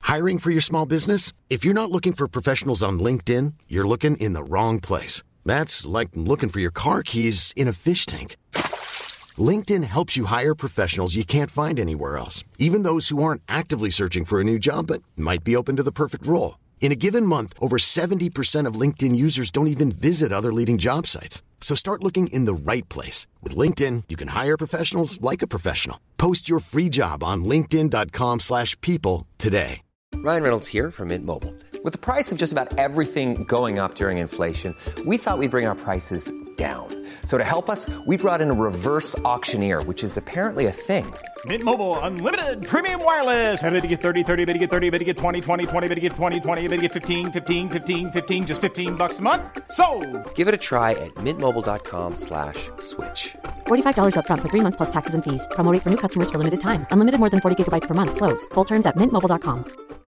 Hiring for your small business? If you're not looking for professionals on LinkedIn, you're looking in the wrong place. That's like looking for your car keys in a fish tank. LinkedIn helps you hire professionals you can't find anywhere else, even those who aren't actively searching for a new job but might be open to the perfect role. In a given month, over 70% of LinkedIn users don't even visit other leading job sites. So start looking in the right place. With LinkedIn, you can hire professionals like a professional. Post your free job on linkedin.com/people today. Ryan Reynolds here from Mint Mobile. With the price of just about everything going up during inflation, we thought we'd bring our prices down. So to help us, we brought in a reverse auctioneer, which is apparently a thing. Mint Mobile Unlimited Premium Wireless. How to get 30, 30, bit to get 30, bit to get 20, 20, 20, bit to get 20, 20, bit to get 15, 15, 15, 15, just $15 a month? Sold! Give it a try at mintmobile.com/switch. $45 up front for 3 months plus taxes and fees. Promo rate for new customers for limited time. Unlimited more than 40 gigabytes per month. Slows full terms at mintmobile.com.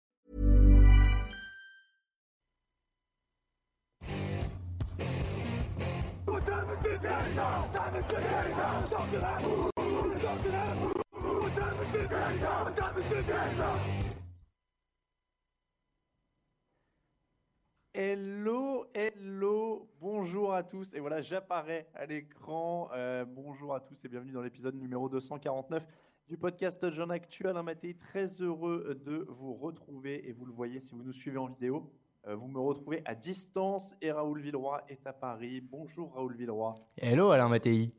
Hello, bonjour à tous. Et voilà, j'apparais à l'écran. Bonjour à tous et bienvenue dans l'épisode numéro 249 du podcast Touchdown Actu. Alain Mattei, très heureux de vous retrouver. Et vous le voyez si vous nous suivez en vidéo, vous me retrouvez à distance et Raoul Villeroy est à Paris. Bonjour Raoul Villeroy. Hello Alain Mattei.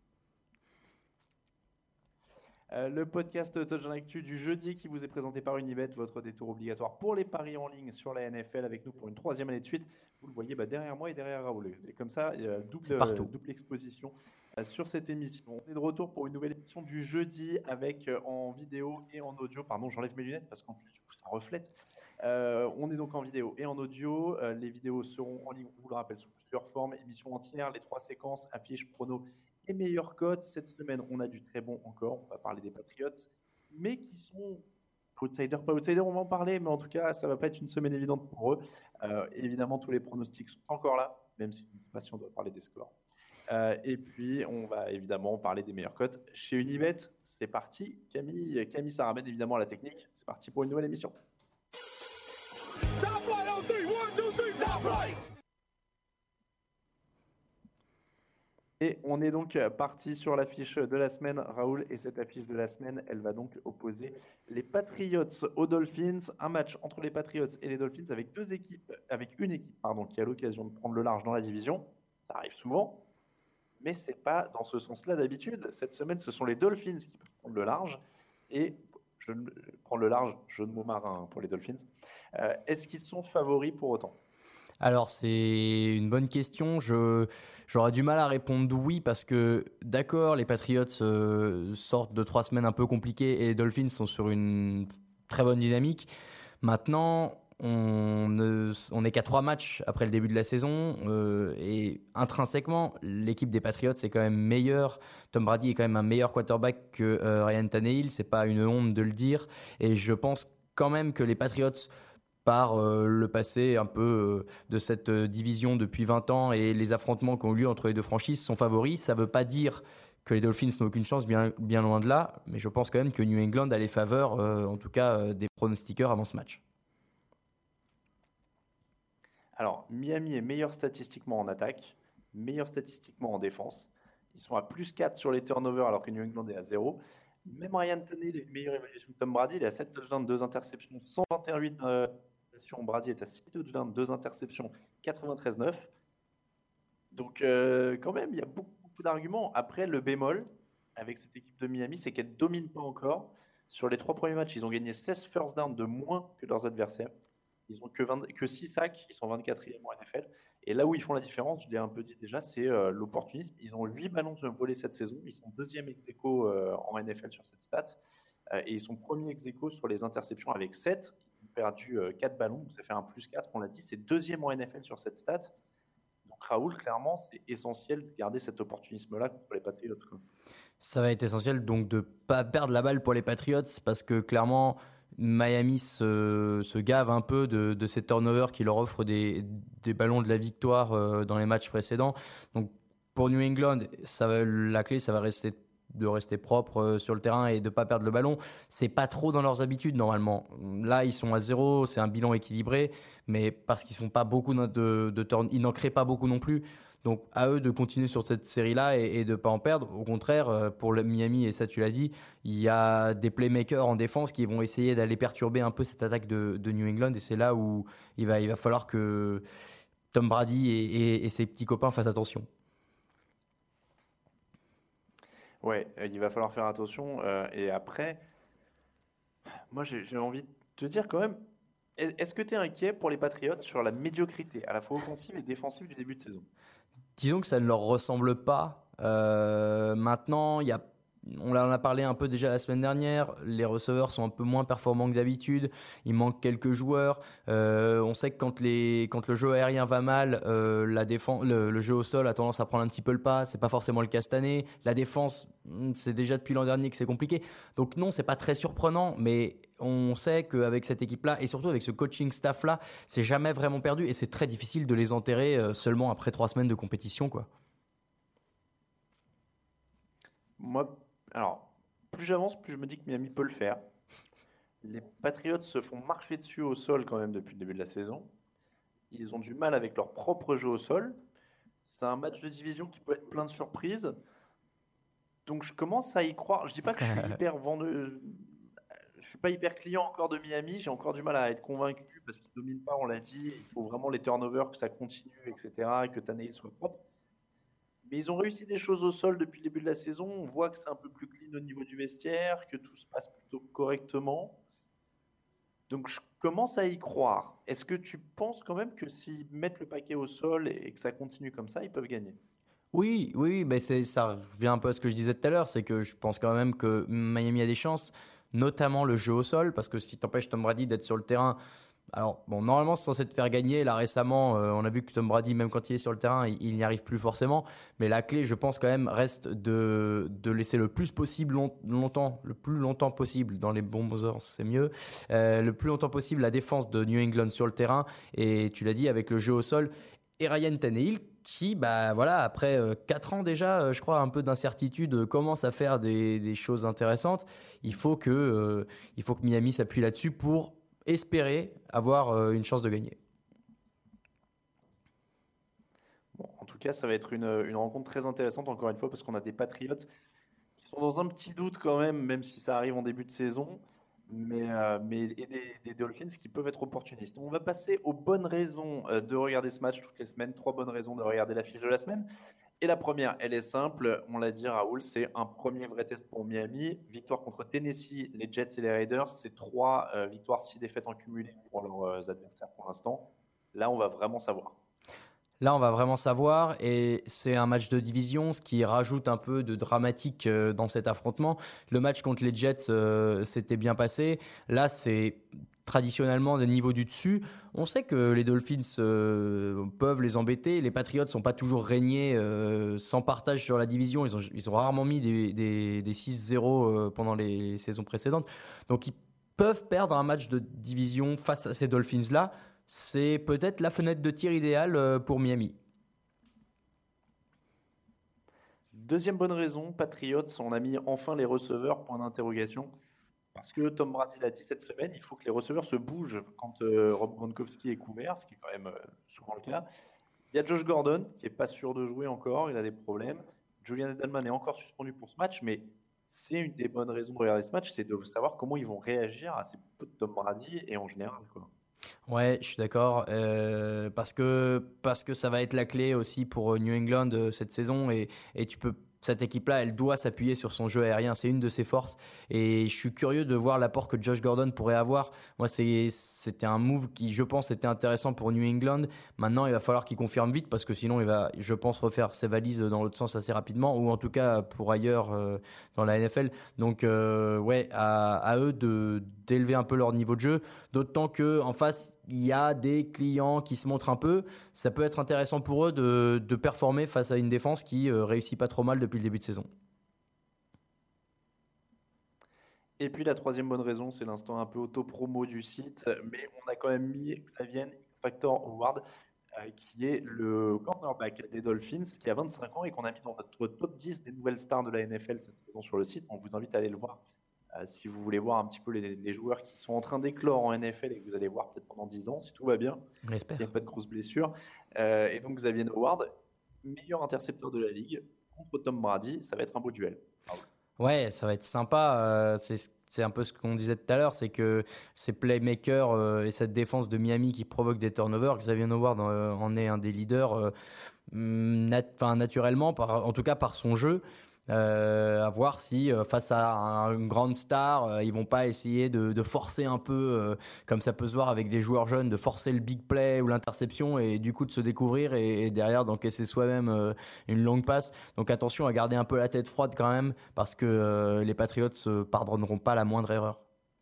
Le podcast Touchdown Actu du jeudi qui vous est présenté par Unibet, votre détour obligatoire pour les paris en ligne sur la NFL avec nous pour une 3e année de suite. Vous le voyez derrière moi et derrière Raoul. Et comme ça, il y a double exposition sur cette émission. On est de retour pour une nouvelle émission du jeudi avec en vidéo et en audio. Pardon, j'enlève mes lunettes parce qu'en plus ça reflète. On est donc en vidéo et en audio. Les vidéos seront en ligne, on vous le rappelle, sous plusieurs formes. Émission entière, les 3 séquences, affiches, pronos et meilleures cotes. Cette semaine, on a du très bon encore. On va parler des Patriots, mais qui sont outsiders, pas outsiders, on va en parler. Mais en tout cas, ça ne va pas être une semaine évidente pour eux. Évidemment, tous les pronostics sont encore là, même si je ne sais pas si on doit parler des scores. Et puis, on va évidemment parler des meilleures cotes chez Unibet. C'est parti. Camille ça ramène évidemment à la technique. C'est parti pour une nouvelle émission. Top line on 3, 1, 2, 3, top line. Et on est donc parti sur l'affiche de la semaine, Raoul, et cette affiche de la semaine, elle va donc opposer les Patriots aux Dolphins, un match entre les Patriots et les Dolphins avec une équipe qui a l'occasion de prendre le large dans la division. Ça arrive souvent, mais c'est pas dans ce sens-là d'habitude. Cette semaine, ce sont les Dolphins qui peuvent prendre le large, et prendre le large, jeu de mots marin pour les Dolphins. Est-ce qu'ils sont favoris pour autant ? Alors c'est une bonne question, j'aurais du mal à répondre oui parce que d'accord les Patriots sortent de 3 semaines un peu compliquées et les Dolphins sont sur une très bonne dynamique. Maintenant on n'est qu'à 3 matchs après le début de la saison et intrinsèquement l'équipe des Patriots est quand même meilleure. Tom Brady est quand même un meilleur quarterback que Ryan Tannehill, c'est pas une honte de le dire et je pense quand même que les Patriots par le passé un peu de cette division depuis 20 ans et les affrontements qui ont eu lieu entre les deux franchises sont favoris. Ça ne veut pas dire que les Dolphins n'ont aucune chance, bien loin de là, mais je pense quand même que New England a les faveurs, en tout cas des pronostiqueurs avant ce match. Alors, Miami est meilleur statistiquement en attaque, meilleur statistiquement en défense. Ils sont à plus 4 sur les turnovers alors que New England est à 0. Même Ryan Tannehill est une meilleure évaluation que Tom Brady. Il est à 7 touchdowns, 2 interceptions, 128 Brady est à 6 touchdowns, 2 interceptions, 93-9. Donc, quand même, il y a beaucoup d'arguments. Après, le bémol avec cette équipe de Miami, c'est qu'elle ne domine pas encore. Sur les 3 premiers matchs, ils ont gagné 16 first downs de moins que leurs adversaires. Ils n'ont que 6 sacks, ils sont 24e en NFL. Et là où ils font la différence, je l'ai un peu dit déjà, c'est l'opportunisme. Ils ont 8 ballons volés cette saison. Ils sont 2e ex-aequo en NFL sur cette stat. Et ils sont premiers ex-aequo sur les interceptions avec 7. Ils ont perdu 4 ballons, donc ça fait un plus 4, on l'a dit. C'est 2e en NFL sur cette stat. Donc Raoul, clairement, c'est essentiel de garder cet opportunisme-là pour les Patriots. Ça va être essentiel donc de ne pas perdre la balle pour les Patriots parce que clairement, Miami se gave un peu de ces turnovers qui leur offrent des ballons de la victoire dans les matchs précédents. Donc pour New England, la clé, ça va rester de rester propre sur le terrain et de pas perdre le ballon. C'est pas trop dans leurs habitudes normalement. Là, ils sont à 0, c'est un bilan équilibré, mais parce qu'ils font pas beaucoup de turn, ils n'en créent pas beaucoup non plus. Donc à eux de continuer sur cette série-là et de pas en perdre. Au contraire, pour le Miami, et ça tu l'as dit, il y a des playmakers en défense qui vont essayer d'aller perturber un peu cette attaque de New England, et c'est là où il va falloir que Tom Brady et ses petits copains fassent attention. Ouais, il va falloir faire attention. Et après, moi, j'ai envie de te dire quand même, est-ce que tu es inquiet pour les Patriots sur la médiocrité, à la fois offensive et défensive du début de saison? Disons que ça ne leur ressemble pas. Maintenant, on en a parlé un peu déjà la semaine dernière. Les receveurs sont un peu moins performants que d'habitude. Il manque quelques joueurs. On sait que quand le jeu aérien va mal, la défense, le jeu au sol a tendance à prendre un petit peu le pas. C'est pas forcément le cas cette année. La défense, c'est déjà depuis l'an dernier que c'est compliqué. Donc non, c'est pas très surprenant, mais on sait qu'avec cette équipe-là et surtout avec ce coaching staff-là, c'est jamais vraiment perdu et c'est très difficile de les enterrer seulement après 3 semaines de compétition, quoi. Moi, alors, plus j'avance, plus je me dis que Miami peut le faire. Les Patriots se font marcher dessus au sol quand même depuis le début de la saison. Ils ont du mal avec leur propre jeu au sol. C'est un match de division qui peut être plein de surprises. Donc je commence à y croire. Je dis pas que je suis hyper vendeur. Je suis pas hyper client encore de Miami. J'ai encore du mal à être convaincu parce qu'ils dominent pas, on l'a dit. Il faut vraiment les turnovers, que ça continue, etc. Et que Tannehill soit propre. Mais ils ont réussi des choses au sol depuis le début de la saison. On voit que c'est un peu plus clean au niveau du vestiaire, que tout se passe plutôt correctement. Donc je commence à y croire. Est-ce que tu penses quand même que s'ils mettent le paquet au sol et que ça continue comme ça, ils peuvent gagner? Oui, oui, mais ça revient un peu à ce que je disais tout à l'heure, c'est que je pense quand même que Miami a des chances, notamment le jeu au sol, parce que si tu empêches Tom Brady d'être sur le terrain, alors bon, normalement c'est censé te faire gagner. Là récemment, on a vu que Tom Brady, même quand il est sur le terrain, il n'y arrive plus forcément. Mais la clé, je pense quand même, reste de laisser le plus possible longtemps, le plus longtemps possible, dans les bons heures, c'est mieux, le plus longtemps possible la défense de New England sur le terrain. Et tu l'as dit, avec le jeu au sol. Et Ryan Tannehill, qui, bah voilà, après 4 ans déjà, je crois, un peu d'incertitude, commence à faire des choses intéressantes. Il faut que Miami s'appuie là-dessus pour espérer avoir une chance de gagner. Bon, en tout cas, ça va être une rencontre très intéressante, encore une fois, parce qu'on a des Patriots qui sont dans un petit doute quand même, même si ça arrive en début de saison, et des Dolphins qui peuvent être opportunistes. On va passer aux bonnes raisons de regarder ce match toutes les semaines, 3 bonnes raisons de regarder l'affiche de la semaine. Et la première, elle est simple, on l'a dit Raoul, c'est un premier vrai test pour Miami. Victoire contre Tennessee, les Jets et les Raiders, c'est 3 victoires, 6 défaites en cumulé pour leurs adversaires pour l'instant. Là, on va vraiment savoir. Là, on va vraiment savoir, et c'est un match de division, ce qui rajoute un peu de dramatique dans cet affrontement. Le match contre les Jets s'était bien passé. Là, c'est traditionnellement des niveaux du dessus. On sait que les Dolphins peuvent les embêter. Les Patriots sont pas toujours régnés sans partage sur la division. Ils ont rarement mis des 6-0 pendant les saisons précédentes. Donc, ils peuvent perdre un match de division face à ces Dolphins-là. C'est peut-être la fenêtre de tir idéale pour Miami. Deuxième bonne raison, Patriots, on a mis enfin les receveurs, point d'interrogation. Parce que Tom Brady l'a dit cette semaine, il faut que les receveurs se bougent quand Rob Gronkowski est couvert, ce qui est quand même souvent le cas. Il y a Josh Gordon qui n'est pas sûr de jouer encore, il a des problèmes. Julian Edelman est encore suspendu pour ce match, mais c'est une des bonnes raisons de regarder ce match, c'est de savoir comment ils vont réagir à ces peu de Tom Brady et en général, quoi. Ouais, je suis d'accord. Parce que ça va être la clé aussi pour New England cette saison, et cette équipe-là, elle doit s'appuyer sur son jeu aérien. C'est une de ses forces. Et je suis curieux de voir l'apport que Josh Gordon pourrait avoir. Moi, c'était un move qui, je pense, était intéressant pour New England. Maintenant, il va falloir qu'il confirme vite parce que sinon, il va, je pense, refaire ses valises dans l'autre sens assez rapidement, ou en tout cas pour ailleurs dans la NFL. Donc, ouais, à eux d'élever un peu leur niveau de jeu. D'autant qu'en face, il y a des clients qui se montrent un peu. Ça peut être intéressant pour eux de performer face à une défense qui réussit pas trop mal depuis le début de saison. Et puis la troisième bonne raison, c'est l'instant un peu auto-promo du site, mais on a quand même mis Xavier Factor Howard. qui est le cornerback des Dolphins, qui a 25 ans et qu'on a mis dans notre top 10 des nouvelles stars de la NFL cette saison sur le site. On vous invite à aller le voir. Si vous voulez voir un petit peu les joueurs qui sont en train d'éclore en NFL et que vous allez voir peut-être pendant 10 ans, si tout va bien, On l'espère. s'il n'y a pas de grosses blessures. Et donc Xavier Howard, meilleur intercepteur de la ligue, contre Tom Brady, ça va être un beau duel. Ouais, ça va être sympa. C'est un peu ce qu'on disait tout à l'heure, c'est que ces playmakers et cette défense de Miami qui provoque des turnovers, Xavier Howard en est un des leaders naturellement, en tout cas par son jeu. À voir si face à une grande star, ils vont pas essayer de forcer un peu, comme ça peut se voir avec des joueurs jeunes, de forcer le big play ou l'interception et du coup de se découvrir et derrière d'encaisser soi-même une longue passe. Donc attention à garder un peu la tête froide quand même parce que les Patriots ne pardonneront pas la moindre erreur.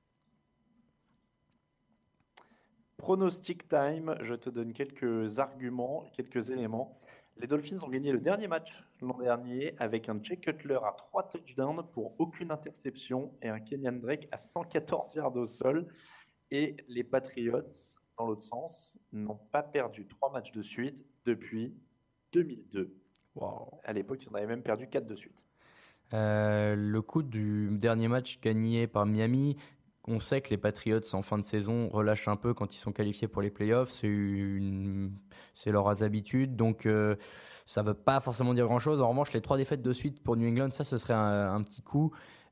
Pronostic time, je te donne quelques arguments, quelques éléments. Les Dolphins ont gagné le dernier match l'an dernier avec un Jay Cutler à 3 touchdowns pour aucune interception et un Kenyan Drake à 114 yards au sol. Et les Patriots, dans l'autre sens, n'ont pas perdu 3 matchs de suite depuis 2002. Wow. À l'époque, ils en avaient même perdu 4 de suite. Le coup du dernier match gagné par Miami, on sait que les Patriots en fin de saison relâchent un peu quand ils sont qualifiés pour les playoffs, c'est leurs habitudes, donc ça ne veut pas forcément dire grand-chose. En revanche, les 3 défaites de suite pour New England, ça ce serait un petit coup.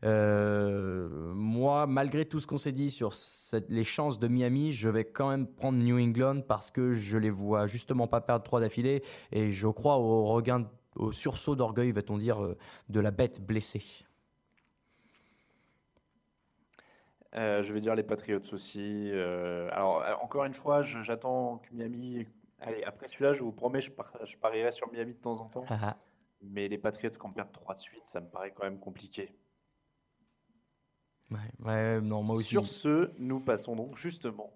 Moi, malgré tout ce qu'on s'est dit sur les chances de Miami, je vais quand même prendre New England parce que je les vois justement pas perdre 3 d'affilée et je crois au sursaut d'orgueil, va-t-on dire, de la bête blessée. Je vais dire les Patriots aussi. Alors, encore une fois, j'attends que Miami... Allez, après celui-là, je vous promets, je parierai sur Miami de temps en temps. Mais les Patriots qui en perdent 3 de suite, ça me paraît quand même compliqué. Ouais, non, moi aussi. Sur ce, nous passons donc justement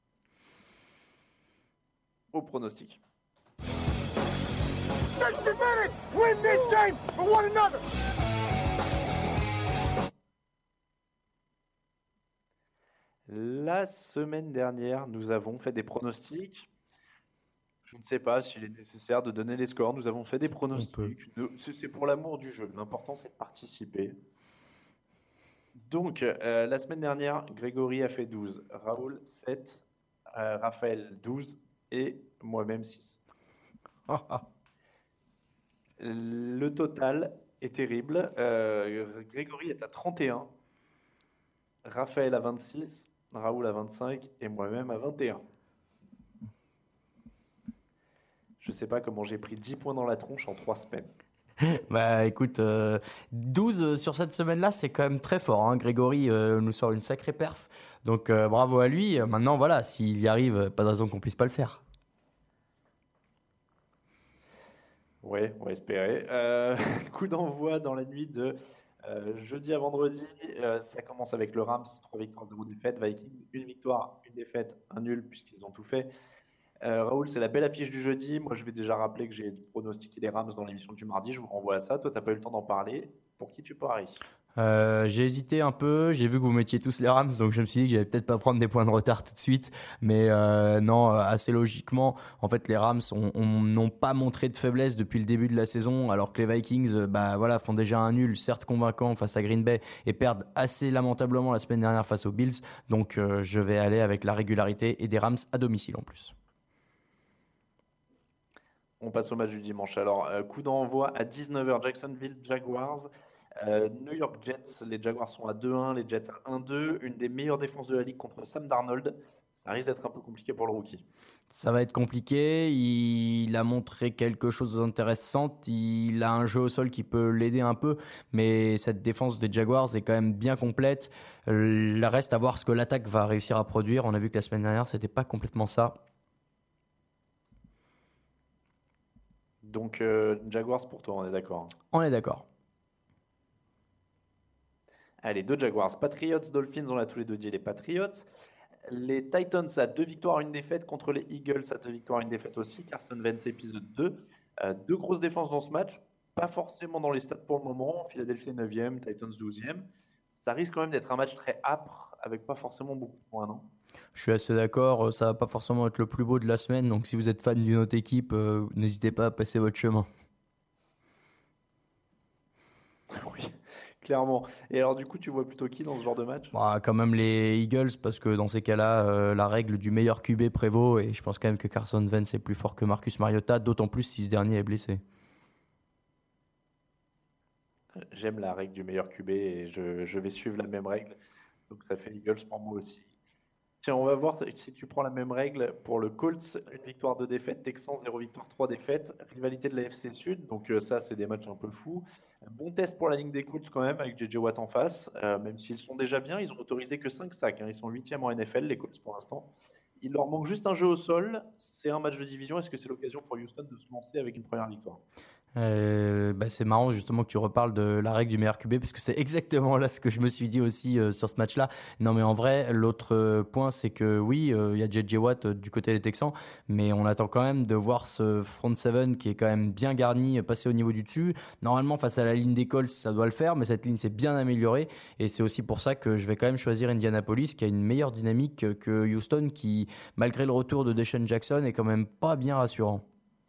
au pronostic. 60 minutes! Win this game for one another! La semaine dernière, nous avons fait des pronostics. Je ne sais pas s'il est nécessaire de donner les scores. Nous avons fait des pronostics. C'est pour l'amour du jeu. L'important, c'est de participer. Donc, la semaine dernière, Grégory a fait 12, Raoul 7, Raphaël 12 et moi-même 6. Le total est terrible. Grégory est à 31, Raphaël à 26, Raoul à 25 et moi-même à 21. Je ne sais pas comment j'ai pris 10 points dans la tronche en 3 semaines. Bah écoute, 12 sur cette semaine-là, c'est quand même très fort. Hein. Grégory nous sort une sacrée perf. Donc bravo à lui. Maintenant, voilà, s'il y arrive, pas de raison qu'on puisse pas le faire. Ouais, on va espérer. Coup d'envoi dans la nuit de jeudi à vendredi. Ça commence avec le Rams, 3 victoires, 0 défaites. Vikings, 1 victoire, 1 défaite, 1 nul, puisqu'ils ont tout fait. Raoul, c'est la belle affiche du jeudi. Moi, je vais déjà rappeler que j'ai pronostiqué les Rams dans l'émission du mardi. Je vous renvoie à ça. Toi, tu n'as pas eu le temps d'en parler. Pour qui tu paries ? J'ai hésité un peu. J'ai vu que vous mettiez tous les Rams, donc je me suis dit que j'allais peut-être pas prendre des points de retard tout de suite. Mais non, assez logiquement, en fait, les Rams n'ont pas montré de faiblesse depuis le début de la saison, alors que les Vikings, font déjà un nul, certes convaincant face à Green Bay, et perdent assez lamentablement la semaine dernière face aux Bills. Donc, je vais aller avec la régularité et des Rams à domicile en plus. On passe au match du dimanche. Alors, coup d'envoi à 19h, Jacksonville Jaguars. New York Jets, les Jaguars sont à 2-1, les Jets à 1-2. Une des meilleures défenses de la ligue contre Sam Darnold. Ça risque d'être un peu compliqué pour le rookie. Ça va être compliqué. Il a montré quelque chose d'intéressant. Il a un jeu au sol qui peut l'aider un peu. Mais cette défense des Jaguars est quand même bien complète. Il reste à voir ce que l'attaque va réussir à produire. On a vu que la semaine dernière, c'était pas complètement ça. Donc, Jaguars pour toi, on est d'accord ? On est d'accord. Allez, 2 Jaguars. Patriots, Dolphins, on a tous les deux dit les Patriots. Les Titans à 2 victoires, 1 défaite contre les Eagles à 2 victoires, 1 défaite aussi. Carson Wentz, épisode 2. 2 grosses défenses dans ce match. Pas forcément dans les stats pour le moment. Philadelphie 9e, Titans 12e. ça risque quand même d'être un match très âpre, avec pas forcément beaucoup de points, non? Je suis assez d'accord, ça va pas forcément être le plus beau de la semaine, donc si vous êtes fan d'une autre équipe, n'hésitez pas à passer votre chemin. Oui, clairement. Et alors, du coup, tu vois plutôt qui dans ce genre de match? Bah, quand même les Eagles, parce que dans ces cas-là, la règle du meilleur QB prévaut, et je pense quand même que Carson Wentz est plus fort que Marcus Mariota, d'autant plus si ce dernier est blessé. J'aime la règle du meilleur QB et je vais suivre la même règle. Donc, ça fait Eagles pour moi aussi. Tiens, on va voir si tu prends la même règle pour le Colts, une victoire, 2 défaites, Texans, 0 victoire, 3 défaites, rivalité de la FC Sud, donc ça c'est des matchs un peu fous. Bon test pour la ligne des Colts quand même, avec JJ Watt en face, même s'ils sont déjà bien, ils ont autorisé que 5 sacs, hein. Ils sont 8e en NFL, les Colts pour l'instant. Il leur manque juste un jeu au sol, c'est un match de division, est-ce que c'est l'occasion pour Houston de se lancer avec une première victoire? C'est marrant justement que tu reparles de la règle du meilleur QB parce que c'est exactement là ce que je me suis dit aussi sur ce match-là. Non mais en vrai, l'autre point c'est que oui, il y a JJ Watt du côté des Texans, mais on attend quand même de voir ce front seven qui est quand même bien garni passer au niveau du dessus. Normalement face à la ligne des Colts ça doit le faire, mais cette ligne s'est bien améliorée et c'est aussi pour ça que je vais quand même choisir Indianapolis qui a une meilleure dynamique que Houston qui, malgré le retour de Deshaun Jackson, est quand même pas bien rassurant.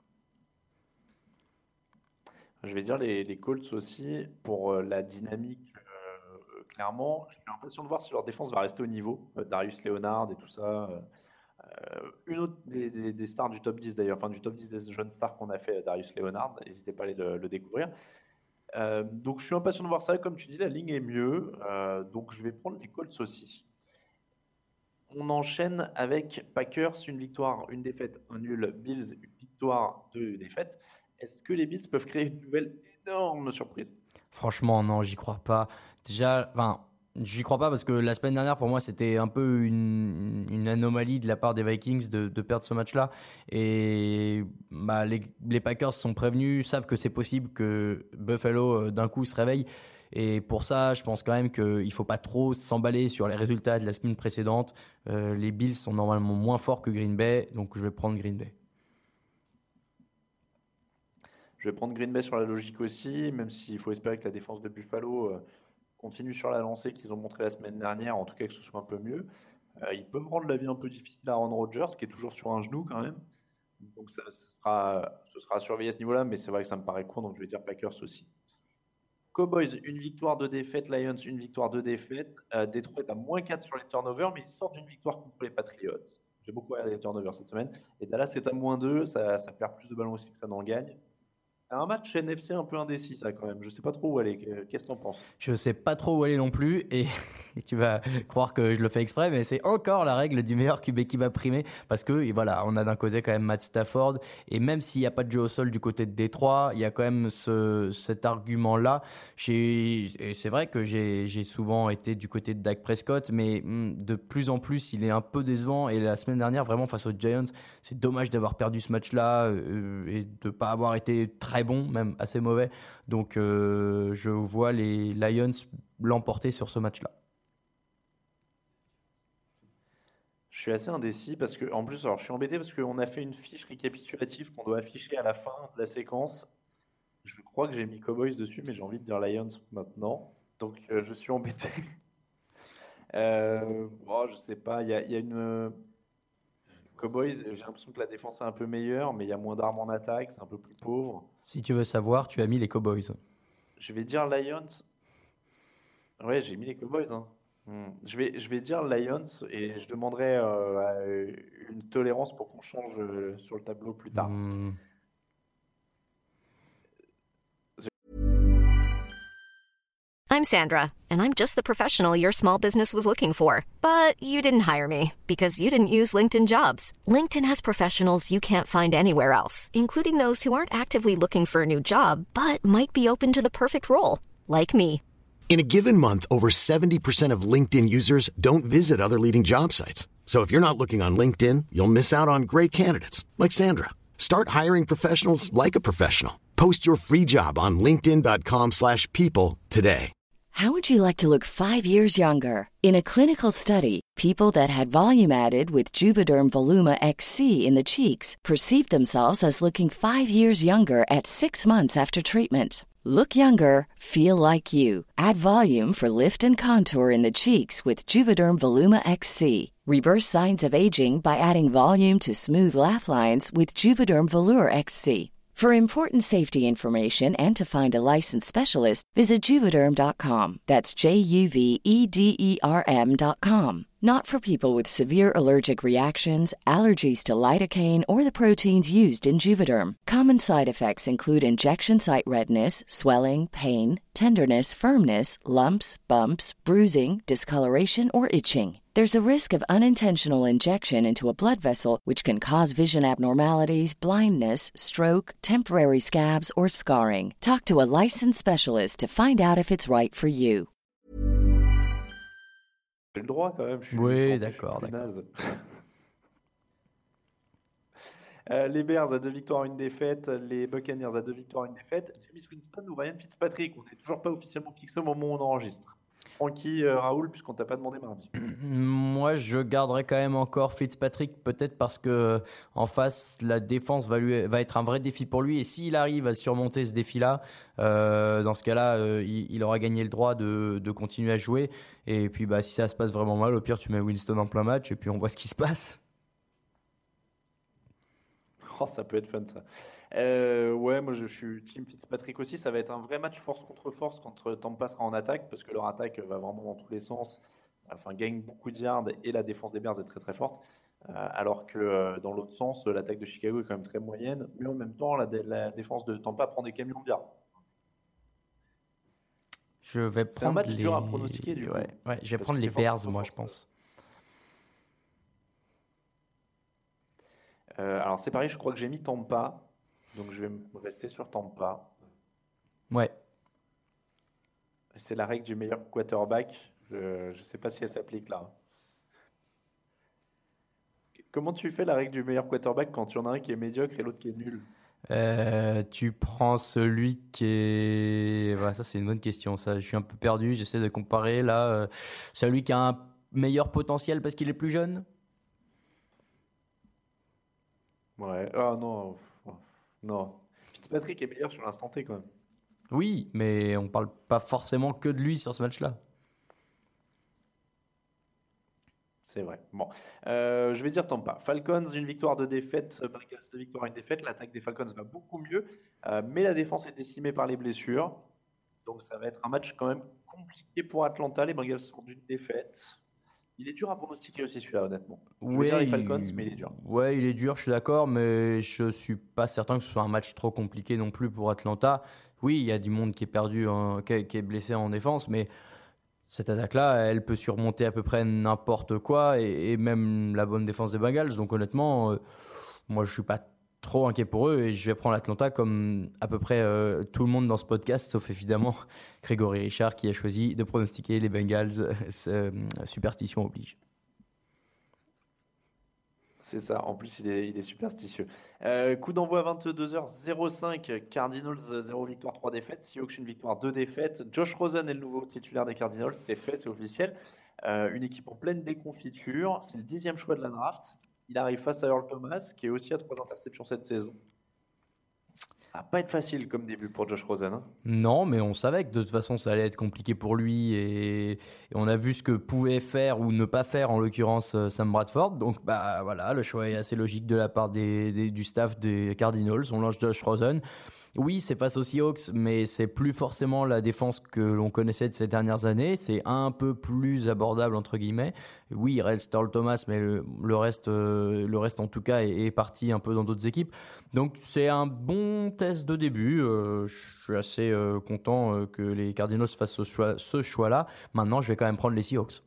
Je vais dire les Colts aussi, pour la dynamique, clairement. Je suis impatient de voir si leur défense va rester au niveau. Darius Leonard et tout ça. Une autre des stars du top 10 d'ailleurs, enfin du top 10 des jeunes stars qu'on a fait, Darius Leonard. N'hésitez pas à aller le découvrir. Donc je suis impatient de voir ça. Comme tu dis, la ligne est mieux. Donc je vais prendre les Colts aussi. On enchaîne avec Packers, une victoire, une défaite, un nul. Bills, une victoire, 2 défaites. Est-ce que les Bills peuvent créer une nouvelle énorme surprise? Franchement, non, j'y crois pas. Déjà, j'y crois pas parce que la semaine dernière, pour moi, c'était un peu une anomalie de la part des Vikings de perdre ce match-là. Et les Packers sont prévenus, savent que c'est possible que Buffalo, d'un coup, se réveille. Et pour ça, je pense quand même qu'il ne faut pas trop s'emballer sur les résultats de la semaine précédente. Les Bills sont normalement moins forts que Green Bay, donc je vais prendre Green Bay. Je vais prendre Green Bay sur la logique aussi, même s'il faut espérer que la défense de Buffalo continue sur la lancée qu'ils ont montré la semaine dernière, en tout cas que ce soit un peu mieux. Ils peuvent rendre la vie un peu difficile à Aaron Rodgers, qui est toujours sur un genou quand même. Donc ce sera surveillé à ce niveau-là, mais c'est vrai que ça me paraît court, donc je vais dire Packers aussi. Cowboys, une victoire, 2 défaites. Lions, une victoire, 2 défaites. Detroit est à -4 sur les turnovers, mais ils sortent d'une victoire contre les Patriots. J'ai beaucoup regardé les turnovers cette semaine. Et Dallas est à -2, ça perd plus de ballons aussi que ça n'en gagne. Un match NFC un peu indécis, ça, quand même. Je sais pas trop où aller. Qu'est-ce que t'en penses? Je sais pas trop où aller non plus et tu vas croire que je le fais exprès, mais c'est encore la règle du meilleur QB qui va primer parce que voilà, on a d'un côté quand même Matt Stafford et même s'il n'y a pas de jeu au sol du côté de Détroit, il y a quand même cet argument-là. Et c'est vrai que j'ai souvent été du côté de Dak Prescott, mais de plus en plus, il est un peu décevant et la semaine dernière, vraiment face aux Giants, c'est dommage d'avoir perdu ce match-là et de pas avoir été très bon, même assez mauvais. Donc je vois les Lions l'emporter sur ce match-là. Je suis assez indécis parce que, en plus, alors je suis embêté parce qu'on a fait une fiche récapitulative qu'on doit afficher à la fin de la séquence. Je crois que j'ai mis Cowboys dessus, mais j'ai envie de dire Lions maintenant. Donc je suis embêté. Je sais pas, il y a une. Cowboys, j'ai l'impression que la défense est un peu meilleure, mais il y a moins d'armes en attaque, c'est un peu plus pauvre. Si tu veux savoir, tu as mis les Cowboys. Je vais dire Lions. Ouais, j'ai mis les Cowboys, hein. Je vais dire Lions et je demanderai une tolérance pour qu'on change sur le tableau plus tard. I'm Sandra, and I'm just the professional your small business was looking for. But you didn't hire me because you didn't use LinkedIn Jobs. LinkedIn has professionals you can't find anywhere else, including those who aren't actively looking for a new job, but might be open to the perfect role, like me. In a given month, over 70% of LinkedIn users don't visit other leading job sites. So if you're not looking on LinkedIn, you'll miss out on great candidates like Sandra. Start hiring professionals like a professional. Post your free job on linkedin.com/people today. How would you like to look 5 years younger? In a clinical study, people that had volume added with Juvederm Voluma XC in the cheeks perceived themselves as looking 5 years younger at 6 months after treatment. Look younger, feel like you. Add volume for lift and contour in the cheeks with Juvederm Voluma XC. Reverse signs of aging by adding volume to smooth laugh lines with Juvederm Volure XC. For important safety information and to find a licensed specialist, visit Juvederm.com. That's JUVEDERM.com. Not for people with severe allergic reactions, allergies to lidocaine, or the proteins used in Juvederm. Common side effects include injection site redness, swelling, pain, tenderness, firmness, lumps, bumps, bruising, discoloration, or itching. There's a risk of unintentional injection into a blood vessel, which can cause vision abnormalities, blindness, stroke, temporary scabs, or scarring. Talk to a licensed specialist to find out if it's right for you. J'ai le droit quand même. Oui, d'accord. Naze. Les Bears à 2 victoires, 1 défaite. Les Buccaneers à 2 victoires, 1 défaite. Jameis Winston ou Ryan Fitzpatrick, on n'est toujours pas officiellement fixé au moment où on enregistre. Francky, Raoul, puisqu'on t'a pas demandé mardi. Moi, je garderais quand même encore Fitzpatrick, peut-être parce que en face, la défense va être un vrai défi pour lui. Et s'il arrive à surmonter ce défi-là, dans ce cas-là, il aura gagné le droit de continuer à jouer. Et puis, si ça se passe vraiment mal, au pire, tu mets Winston en plein match et puis on voit ce qui se passe. Oh, ça peut être fun ça. Ouais, moi je suis team Fitzpatrick aussi. Ça va être un vrai match force contre force quand Tampa sera en attaque, parce que leur attaque va vraiment dans tous les sens. Enfin, gagne beaucoup de yards et la défense des Bears est très très forte. Alors que dans l'autre sens, l'attaque de Chicago est quand même très moyenne, mais en même temps, la défense de Tampa prend des camions de yards. Je vais C'est un prendre match dur à pronostiquer du coup. Ouais, je vais Parce prendre que les c'est force Bears, contre moi, force. je pense. Alors c'est pareil, je crois que j'ai mis Tampa, donc je vais me rester sur Tampa. Ouais. C'est la règle du meilleur quarterback. Je ne sais pas si elle s'applique là. Comment tu fais la règle du meilleur quarterback quand il y en a un qui est médiocre et l'autre qui est nul? Tu prends celui qui est... Voilà, ça, c'est une bonne question. Ça, je suis un peu perdu. J'essaie de comparer là. Celui qui a un meilleur potentiel parce qu'il est plus jeune. Ouais. Ah non. Non. Fitzpatrick est meilleur sur l'instant T quand même. Oui, mais on parle pas forcément que de lui sur ce match-là. C'est vrai. Bon. Je vais dire Tampa. Falcons, 1 victoire, 2 défaites. Bengals, 2 victoires, 1 défaite. L'attaque des Falcons va beaucoup mieux. Mais la défense est décimée par les blessures. Donc ça va être un match quand même compliqué pour Atlanta. Les Bengals sont d'une défaite. Il est dur à pronostiquer aussi celui-là, honnêtement. Je vais dire les Falcons, mais il est dur. Ouais, il est dur, je suis d'accord, mais je suis pas certain que ce soit un match trop compliqué non plus pour Atlanta. Oui, il y a du monde qui est perdu, qui est blessé en défense, mais cette attaque-là, elle peut surmonter à peu près n'importe quoi, et même la bonne défense des Bengals. Donc honnêtement, moi je suis pas trop inquiet pour eux, et je vais prendre Atlanta comme à peu près tout le monde dans ce podcast, sauf évidemment Grégory Richard qui a choisi de pronostiquer les Bengals. Superstition oblige. C'est ça. En plus, il est superstitieux. Coup d'envoi à 22h05. Cardinals, 0 victoire, 3 défaites. Seahawks, 1 victoire, 2 défaites. Josh Rosen est le nouveau titulaire des Cardinals. C'est fait, c'est officiel. Une équipe en pleine déconfiture. C'est le 10e choix de la draft. Il arrive face à Earl Thomas, qui est aussi à 3 interceptions cette saison. Ça va pas être facile comme début pour Josh Rosen. Hein. Non, mais on savait que de toute façon ça allait être compliqué pour lui, et on a vu ce que pouvait faire ou ne pas faire en l'occurrence Sam Bradford. Donc voilà, le choix est assez logique de la part du staff des Cardinals. On lance Josh Rosen. Oui, c'est face aux Seahawks, mais c'est plus forcément la défense que l'on connaissait de ces dernières années. C'est un peu plus abordable, entre guillemets. Oui, il reste Earl Thomas, mais le reste en tout cas est parti un peu dans d'autres équipes. Donc c'est un bon test de début. Je suis assez content que les Cardinals fassent ce choix-là. Maintenant, je vais quand même prendre les Seahawks.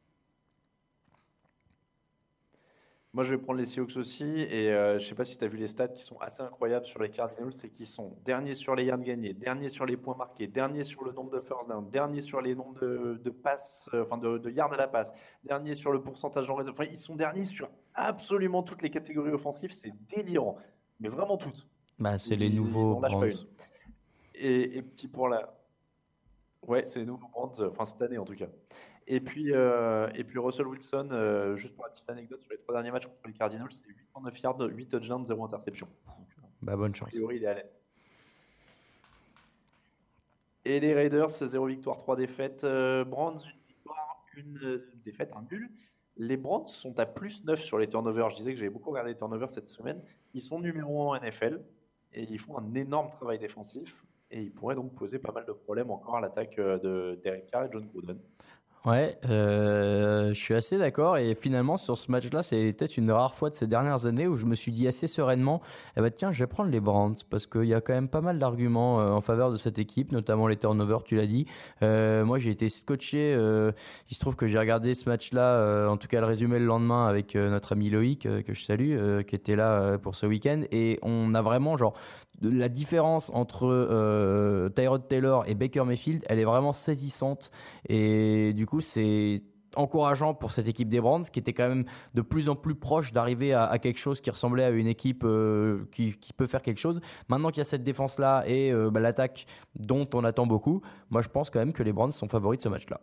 Moi, je vais prendre les Seahawks aussi. Et je ne sais pas si tu as vu les stats qui sont assez incroyables sur les Cardinals. C'est qu'ils sont derniers sur les yards gagnés, derniers sur les points marqués, derniers sur le nombre de first down, derniers sur les nombres de passes, de yards à la passe, derniers sur le pourcentage en réseau. Enfin, ils sont derniers sur absolument toutes les catégories offensives. C'est délirant. Mais vraiment toutes. C'est les nouveaux Browns. Et petit pour la... Ouais, c'est les nouveaux Browns, cette année en tout cas. Et puis Russell Wilson, juste pour la petite anecdote, sur les 3 derniers matchs contre les Cardinals, c'est 809 yards, 8 touchdowns, 0 interception. Bonne chance. A priori, il est à l'aise. Et les Raiders, 0 victoire, 3 défaites. Browns, 1 victoire, 1 défaite, un nul. Les Browns sont à plus 9 sur les turnovers. Je disais que j'avais beaucoup regardé les turnovers cette semaine. Ils sont numéro 1 en NFL et ils font un énorme travail défensif. Et ils pourraient donc poser pas mal de problèmes encore à l'attaque de Derek Carr et John Gruden. Ouais, je suis assez d'accord. Et finalement, sur ce match-là, c'est peut-être une rare fois de ces dernières années où je me suis dit assez sereinement, eh ben, tiens, je vais prendre les Browns parce qu'il y a quand même pas mal d'arguments en faveur de cette équipe, notamment les turnovers, tu l'as dit. Moi, j'ai été scotché. Il se trouve que j'ai regardé ce match-là, en tout cas le résumé le lendemain avec notre ami Loïc, que je salue, qui était là pour ce week-end. Et on a vraiment, genre, la différence entre Tyrod Taylor et Baker Mayfield, elle est vraiment saisissante. Et du coup, c'est encourageant pour cette équipe des Browns qui était quand même de plus en plus proche d'arriver à quelque chose qui ressemblait à une équipe qui peut faire quelque chose. Maintenant qu'il y a cette défense-là et l'attaque dont on attend beaucoup, moi je pense quand même que les Browns sont favoris de ce match-là.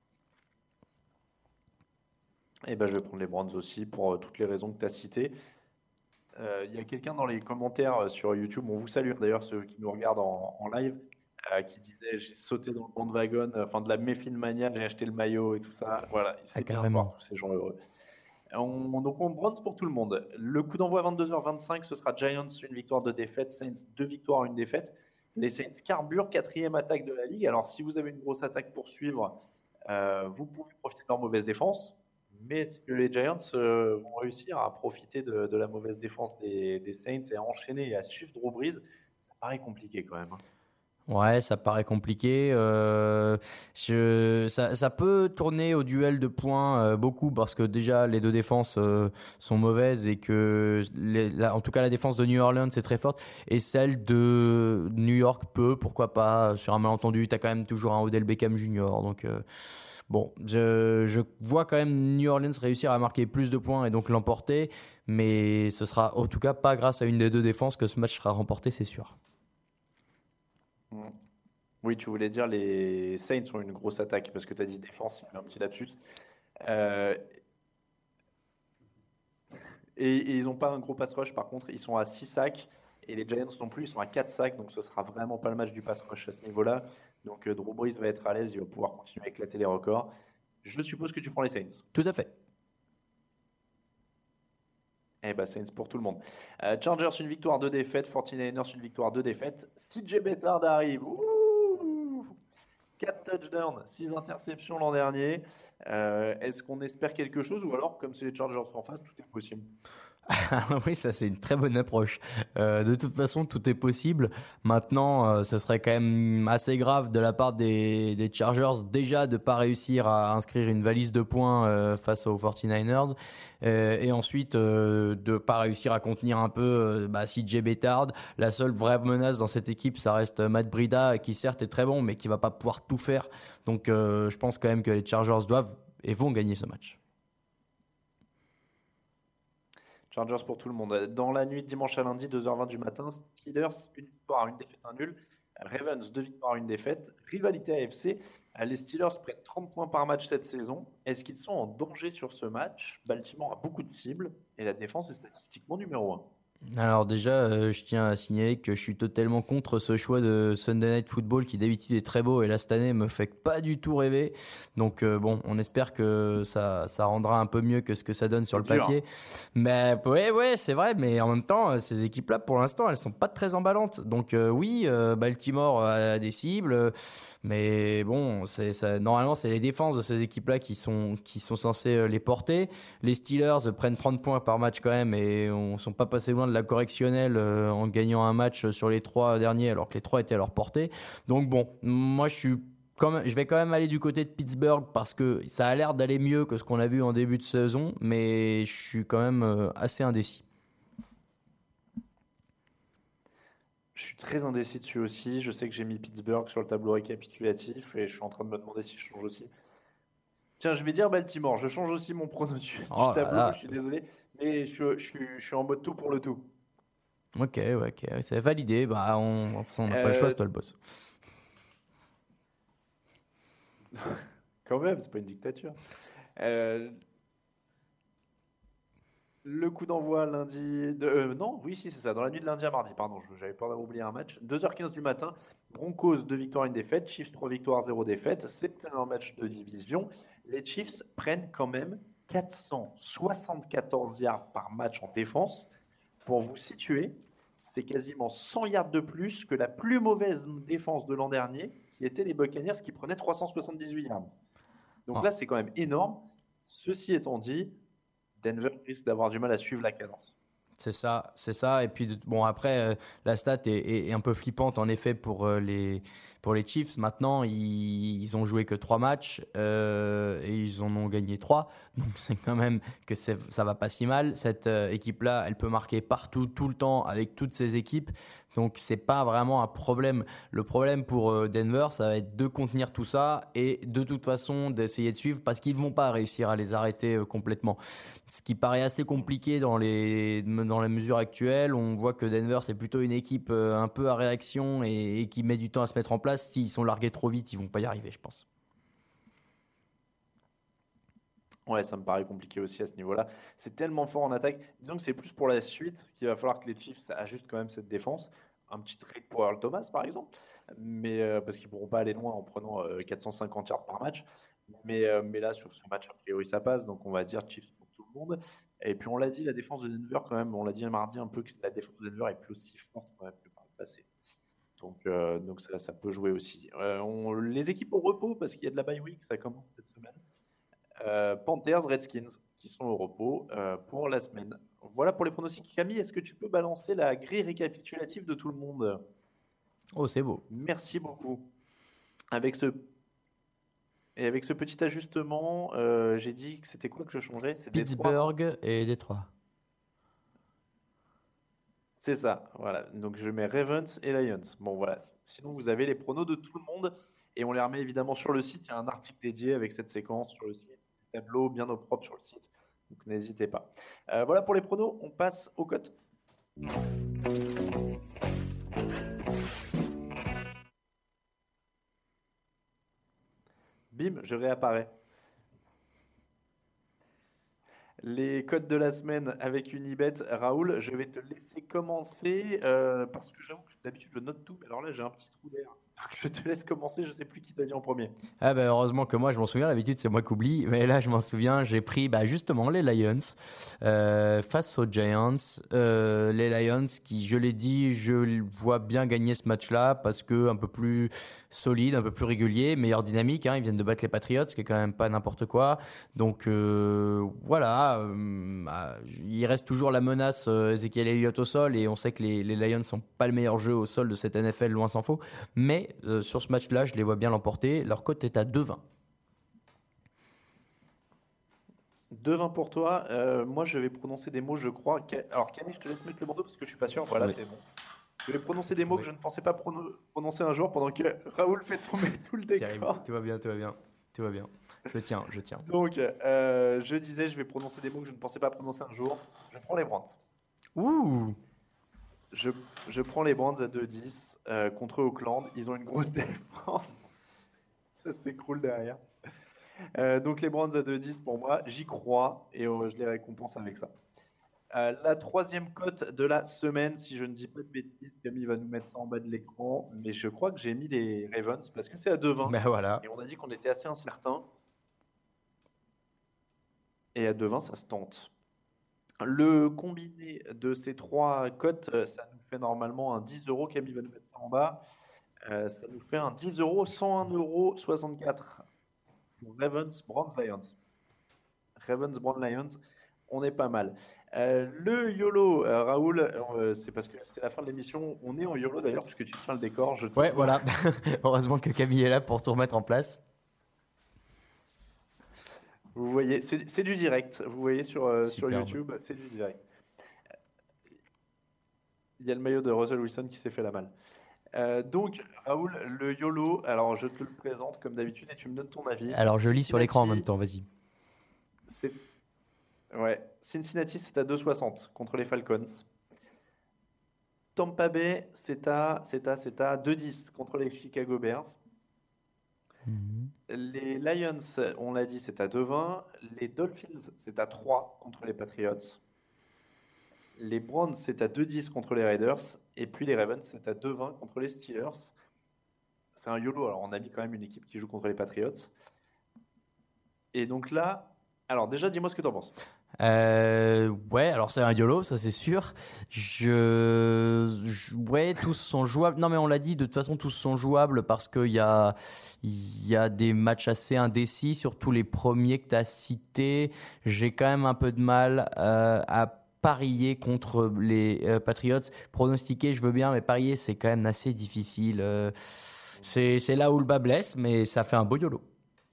Et ben, je vais prendre les Browns aussi pour toutes les raisons que tu as citées. Il y a quelqu'un dans les commentaires sur YouTube, on vous salue d'ailleurs ceux qui nous regardent en live, qui disait j'ai sauté dans le bandwagon, de la Mayfield Mania, j'ai acheté le maillot et tout ça. Voilà, c'est bien de voir tous ces gens heureux. Donc on bronze pour tout le monde. Le coup d'envoi à 22h25, ce sera Giants, 1 victoire, 2 défaites, Saints, 2 victoires, 1 défaite. Les Saints carburent, 4e attaque de la ligue. Alors si vous avez une grosse attaque pour suivre, vous pouvez profiter de leur mauvaise défense. Mais est-ce que les Giants vont réussir à profiter de la mauvaise défense des Saints et à enchaîner et à suivre Drew Brees? Ça paraît compliqué quand même. Ouais, ça paraît compliqué. Ça peut tourner au duel de points beaucoup parce que déjà les deux défenses sont mauvaises et que en tout cas la défense de New Orleans est très forte et celle de New York pourquoi pas, sur un malentendu. T'as quand même toujours un Odell Beckham Jr. Donc bon, je vois quand même New Orleans réussir à marquer plus de points et donc l'emporter, mais ce sera en tout cas pas grâce à une des deux défenses que ce match sera remporté, c'est sûr. Oui, tu voulais dire les Saints ont une grosse attaque parce que tu as dit défense, il y a un petit lapsus. Et ils n'ont pas un gros pass rush, par contre, ils sont à 6 sacs et les Giants non plus, ils sont à 4 sacs, donc ce sera vraiment pas le match du pass rush à ce niveau-là. Donc Drew Brees va être à l'aise, il va pouvoir continuer à éclater les records. Je suppose que tu prends les Saints. Tout à fait. Eh ben, Saints pour tout le monde. Chargers, 1 victoire, 2 défaites. 49ers, 1 victoire, 2 défaites. CJ Beathard arrive. 4 touchdowns, 6 interceptions l'an dernier. Est-ce qu'on espère quelque chose ou alors, comme c'est les Chargers en face, tout est possible? Oui, ça c'est une très bonne approche. De toute façon, tout est possible. Maintenant, ça serait quand même assez grave de la part des Chargers déjà de pas réussir à inscrire une valise de points face aux 49ers et ensuite de pas réussir à contenir un peu CJ Beathard. La seule vraie menace dans cette équipe, ça reste Matt Breida qui certes est très bon mais qui va pas pouvoir tout faire. Donc je pense quand même que les Chargers doivent et vont gagner ce match. Chargers pour tout le monde. Dans la nuit de dimanche à lundi, 2h20 du matin, Steelers, 1 victoire, 1 défaite, 1 nul. Ravens, 2 victoires, 1 défaite. Rivalité AFC. Les Steelers prennent 30 points par match cette saison. Est-ce qu'ils sont en danger sur ce match? Baltimore a beaucoup de cibles et la défense est statistiquement numéro 1. Alors déjà, je tiens à signaler que je suis totalement contre ce choix de Sunday Night Football qui d'habitude est très beau et là cette année me fait pas du tout rêver. Donc bon, on espère que ça rendra un peu mieux que ce que ça donne sur le papier. Mais ouais, c'est vrai. Mais en même temps, ces équipes-là, pour l'instant, elles sont pas très emballantes. Donc oui, Baltimore a des cibles. Mais bon, normalement, c'est les défenses de ces équipes-là qui sont censées les porter. Les Steelers prennent 30 points par match quand même et ne sont pas passés loin de la correctionnelle en gagnant un match sur les 3 derniers alors que les 3 étaient à leur portée. Donc bon, moi je vais quand même aller du côté de Pittsburgh parce que ça a l'air d'aller mieux que ce qu'on a vu en début de saison, mais je suis quand même assez indécis. Je suis très indécis dessus aussi. Je sais que j'ai mis Pittsburgh sur le tableau récapitulatif et je suis en train de me demander si je change aussi. Tiens, je vais dire Baltimore. Je change aussi mon pronostic du tableau. Je suis désolé, mais je suis en mode tout pour le tout. Ok, c'est validé. On n'a pas le choix, c'est toi le boss. Quand même, c'est pas une dictature. Le coup d'envoi lundi non, oui, si, c'est ça, dans la nuit de lundi à mardi, pardon, j'avais peur d'avoir oublié un match. 2h15 du matin, Broncos 2 victoires, 1 défaite, Chiefs 3 victoires, 0 défaite. C'est un match de division. Les Chiefs prennent quand même 474 yards par match en défense. Pour vous situer, c'est quasiment 100 yards de plus que la plus mauvaise défense de l'an dernier, qui était les Buccaneers, qui prenaient 378 yards. Donc là, c'est quand même énorme. Ceci étant dit, Denver risque d'avoir du mal à suivre la cadence. C'est ça. Et puis, bon, après, la stat est un peu flippante, en effet, pour les Chiefs. Maintenant, ils ont joué que 3 matchs et ils en ont gagné 3. Donc, c'est quand même que ça va pas si mal. Cette équipe-là, elle peut marquer partout, tout le temps, avec toutes ses équipes. Donc, c'est pas vraiment un problème. Le problème pour Denver, ça va être de contenir tout ça et de toute façon d'essayer de suivre parce qu'ils vont pas réussir à les arrêter complètement. Ce qui paraît assez compliqué dans la mesure actuelle. On voit que Denver, c'est plutôt une équipe un peu à réaction et qui met du temps à se mettre en place. S'ils sont largués trop vite, ils vont pas y arriver, je pense. Ouais, ça me paraît compliqué aussi à ce niveau-là. C'est tellement fort en attaque. Disons que c'est plus pour la suite qu'il va falloir que les Chiefs ajustent quand même cette défense. Un petit trade pour Earl Thomas, par exemple. Mais, parce qu'ils ne pourront pas aller loin en prenant 450 yards par match. Mais là, sur ce match, a priori, ça passe. Donc, on va dire Chiefs pour tout le monde. Et puis, on l'a dit, la défense de Denver, quand même, on l'a dit mardi un peu, que la défense de Denver est plus aussi forte quand même que par le passé. Donc ça peut jouer aussi. Les équipes au repos, parce qu'il y a de la bye week, ça commence cette semaine. Panthers, Redskins qui sont au repos pour la semaine. Voilà pour les pronostics. Camille, est-ce que tu peux balancer la grille récapitulative de tout le monde? Oh, c'est beau. Merci beaucoup. Avec ce petit ajustement, j'ai dit que c'était quoi que je changeais? C'était Pittsburgh et Détroit. C'est ça, voilà. Donc je mets Ravens et Lions. Bon voilà. Sinon vous avez les pronos de tout le monde et on les remet évidemment sur le site. Il y a un article dédié avec cette séquence sur le site, des tableaux bien au propre sur le site. Donc n'hésitez pas. Voilà pour les pronos. On passe aux cotes. Bim, je réapparais. Les codes de la semaine avec Unibet. Raoul, je vais te laisser commencer parce que j'avoue que d'habitude je note tout, mais alors là j'ai un petit trou d'air. Je te laisse commencer, je sais plus qui t'a dit en premier. Ah bah heureusement que moi je m'en souviens, d'habitude c'est moi qui oublie, mais là je m'en souviens, j'ai pris justement les Lions face aux Giants. Les Lions qui, je l'ai dit, je vois bien gagner ce match-là parce que un peu plus solide, un peu plus régulier, meilleure dynamique, hein, ils viennent de battre les Patriots, ce qui est quand même pas n'importe quoi. Donc voilà, il reste toujours la menace Ezekiel Elliott au sol et on sait que les Lions sont pas le meilleur jeu au sol de cette NFL, loin s'en faut. Mais sur ce match-là, je les vois bien l'emporter. Leur cote est à 2,20. 2,20 pour toi. Moi, je vais prononcer des mots, je crois. Alors, Camille, je te laisse mettre le bandeau parce que je suis pas sûr. Voilà, oui. C'est bon. Je vais prononcer des mots que je ne pensais pas prononcer un jour pendant que Raoul fait tomber tout le décor. Tout va bien. Je tiens. Donc, je disais, je vais prononcer des mots que je ne pensais pas prononcer un jour. Je prends les Browns. Ouh! Je prends les Browns à 2-10 contre Oakland. Ils ont une grosse défense. Ça s'écroule derrière. Donc les Browns à 2-10 pour moi. J'y crois et je les récompense avec ça. La troisième cote de la semaine, si je ne dis pas de bêtises, Camille va nous mettre ça en bas de l'écran. Mais je crois que j'ai mis les Ravens parce que c'est à 2,20. Ben voilà. Et on a dit qu'on était assez incertain. Et à 2,20, ça se tente. Le combiné de ces trois cotes, ça nous fait normalement un 10 €. Camille va nous mettre ça en bas. Ça nous fait un 10 €, 101,64 € pour Ravens, Browns, Lions. Ravens, Browns, Lions, on est pas mal. Le YOLO, Raoul, c'est parce que c'est la fin de l'émission. On est en YOLO d'ailleurs, puisque tu tiens le décor. Ouais, voilà. Heureusement que Camille est là pour tout remettre en place. Vous voyez, c'est du direct. Vous voyez sur YouTube, c'est du direct. Il y a le maillot de Russell Wilson qui s'est fait la malle. Donc, Raoul, le YOLO, alors je te le présente comme d'habitude et tu me donnes ton avis. Alors, je lis sur l'écran en même temps, vas-y. Cincinnati, c'est à 2,60 contre les Falcons. Tampa Bay, c'est à 2,10 contre les Chicago Bears. Les Lions, on l'a dit, c'est à 2,20. Les Dolphins, c'est à 3 contre les Patriots. Les Browns, c'est à 2-10 contre les Raiders. Et puis les Ravens, c'est à 2-20 contre les Steelers. C'est un YOLO. Alors, on a mis quand même une équipe qui joue contre les Patriots. Et donc là, alors déjà, dis-moi ce que tu en penses. Ouais, alors c'est un YOLO, ça c'est sûr. Ouais, tous sont jouables. Non, mais on l'a dit, de toute façon, tous sont jouables parce qu'il y a des matchs assez indécis, surtout les premiers que tu as cités. J'ai quand même un peu de mal à parier contre les Patriots. Pronostiquer, je veux bien, mais parier, c'est quand même assez difficile. C'est là où le bas blesse, mais ça fait un beau YOLO.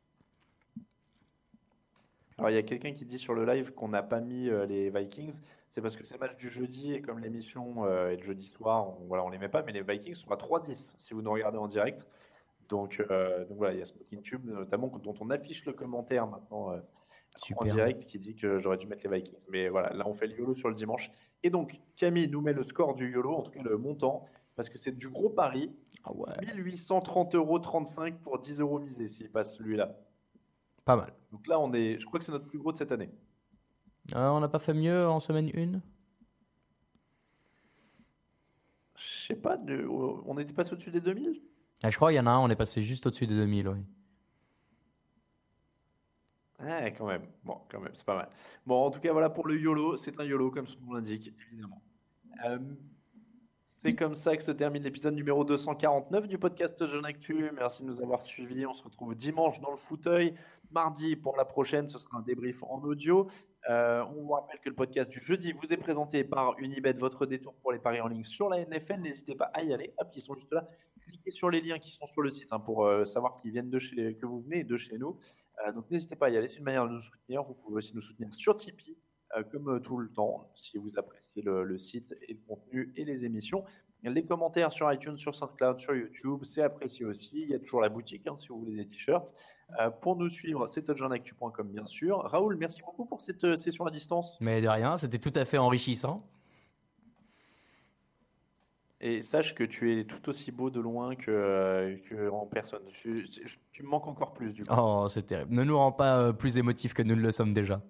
Alors, il y a quelqu'un qui dit sur le live qu'on n'a pas mis les Vikings. C'est parce que c'est le match du jeudi et comme l'émission est le jeudi soir, on les met pas. Mais les Vikings sont à 3-10 si vous nous regardez en direct. Donc voilà, il y a Smoking Tube notamment dont on affiche le commentaire maintenant en direct qui dit que j'aurais dû mettre les Vikings. Mais voilà, là on fait le YOLO sur le dimanche. Et donc Camille nous met le score du YOLO, en tout cas le montant, parce que c'est du gros pari. Ah ouais. 1830,35 € pour 10 € misés s'il passe celui-là. Pas mal. Donc là, je crois que c'est notre plus gros de cette année. On n'a pas fait mieux en semaine 1 ? Je sais pas, on n'était pas au-dessus des 2000 ? Je crois qu'il y en a un, on est passé juste au-dessus des 2000, oui. Ouais, quand même. Bon, quand même, c'est pas mal. Bon, en tout cas, voilà pour le YOLO. C'est un YOLO, comme son nom l'indique, évidemment. C'est comme ça que se termine l'épisode numéro 249 du podcast Jeune Actu. Merci de nous avoir suivis. On se retrouve dimanche dans le fauteuil. Mardi, pour la prochaine, ce sera un débrief en audio. On vous rappelle que le podcast du jeudi vous est présenté par Unibet, votre détour pour les paris en ligne sur la NFL. N'hésitez pas à y aller. Hop, ils sont juste là. Cliquez sur les liens qui sont sur le site pour savoir qu'ils viennent que vous venez de chez nous. Donc n'hésitez pas à y aller. C'est une manière de nous soutenir. Vous pouvez aussi nous soutenir sur Tipeee. Comme tout le temps, si vous appréciez le site et le contenu et les émissions. Les commentaires sur iTunes, sur SoundCloud, sur YouTube, c'est apprécié aussi. Il y a toujours la boutique si vous voulez des t-shirts. Pour nous suivre, c'est touchdownactu.com bien sûr. Raoul, merci beaucoup pour cette session à distance. Mais de rien, c'était tout à fait enrichissant. Et sache que tu es tout aussi beau de loin que en personne. Tu me manques encore plus du coup. Oh, c'est terrible. Ne nous rends pas plus émotifs que nous ne le sommes déjà.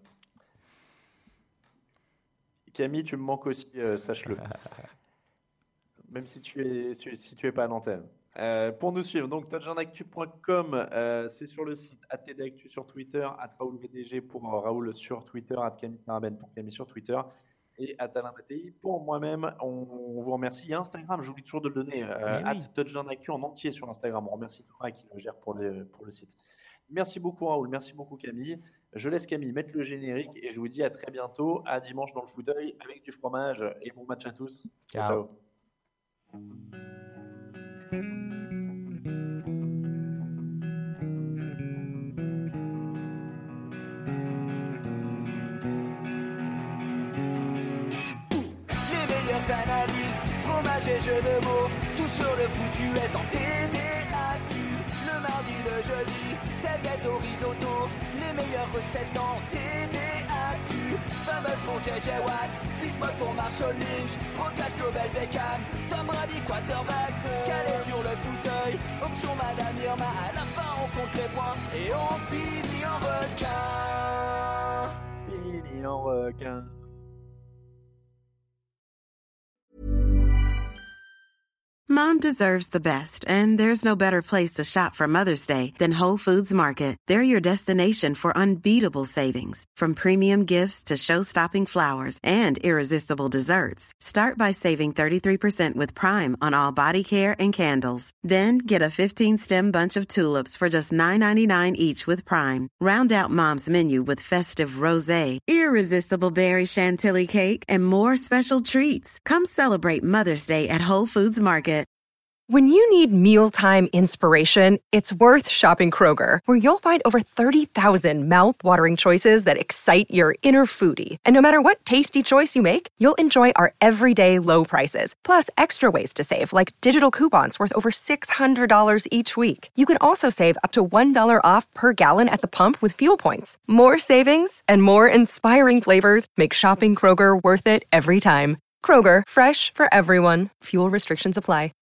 Camille, tu me manques aussi, sache-le. Même si tu es pas à l'antenne. Pour nous suivre, donc touchdownactu.com, c'est sur le site, @tdactu sur Twitter, @RaoulVDG pour Raoul sur Twitter, @Camille Taraben pour Camille sur Twitter et @Alain Mattei pour moi-même. On vous remercie. Il y a Instagram, j'oublie toujours de le donner, @touchdownactu en entier sur Instagram. On remercie Thomas qui le gère pour le site. Merci beaucoup Raoul, merci beaucoup Camille. Je laisse Camille mettre le générique et je vous dis à très bientôt, à dimanche dans le fauteuil avec du fromage et bon match à tous. Ciao. Les meilleures analyses, fromage et jeux de mots, tout sur le foutu est en TDAQ. Le mardi, le jeudi, tel gâteau risotto, les meilleures recettes en TDAQ. Fameux pour JJ Watt, Bismuth pour Marshall Lynch, Proclash Global Beckham, Tom Brady quarterback, calé sur le fauteuil, option Madame Irma, à la fin on compte les points et on finit en requin. Fini en requin. Mom deserves the best, and there's no better place to shop for Mother's Day than Whole Foods Market. They're your destination for unbeatable savings, from premium gifts to show-stopping flowers and irresistible desserts. Start by saving 33% with Prime on all body care and candles. Then get a 15-stem bunch of tulips for just $9.99 each with Prime. Round out Mom's menu with festive rosé, irresistible berry chantilly cake, and more special treats. Come celebrate Mother's Day at Whole Foods Market. When you need mealtime inspiration, it's worth shopping Kroger, where you'll find over 30,000 mouth-watering choices that excite your inner foodie. And no matter what tasty choice you make, you'll enjoy our everyday low prices, plus extra ways to save, like digital coupons worth over $600 each week. You can also save up to $1 off per gallon at the pump with fuel points. More savings and more inspiring flavors make shopping Kroger worth it every time. Kroger, fresh for everyone. Fuel restrictions apply.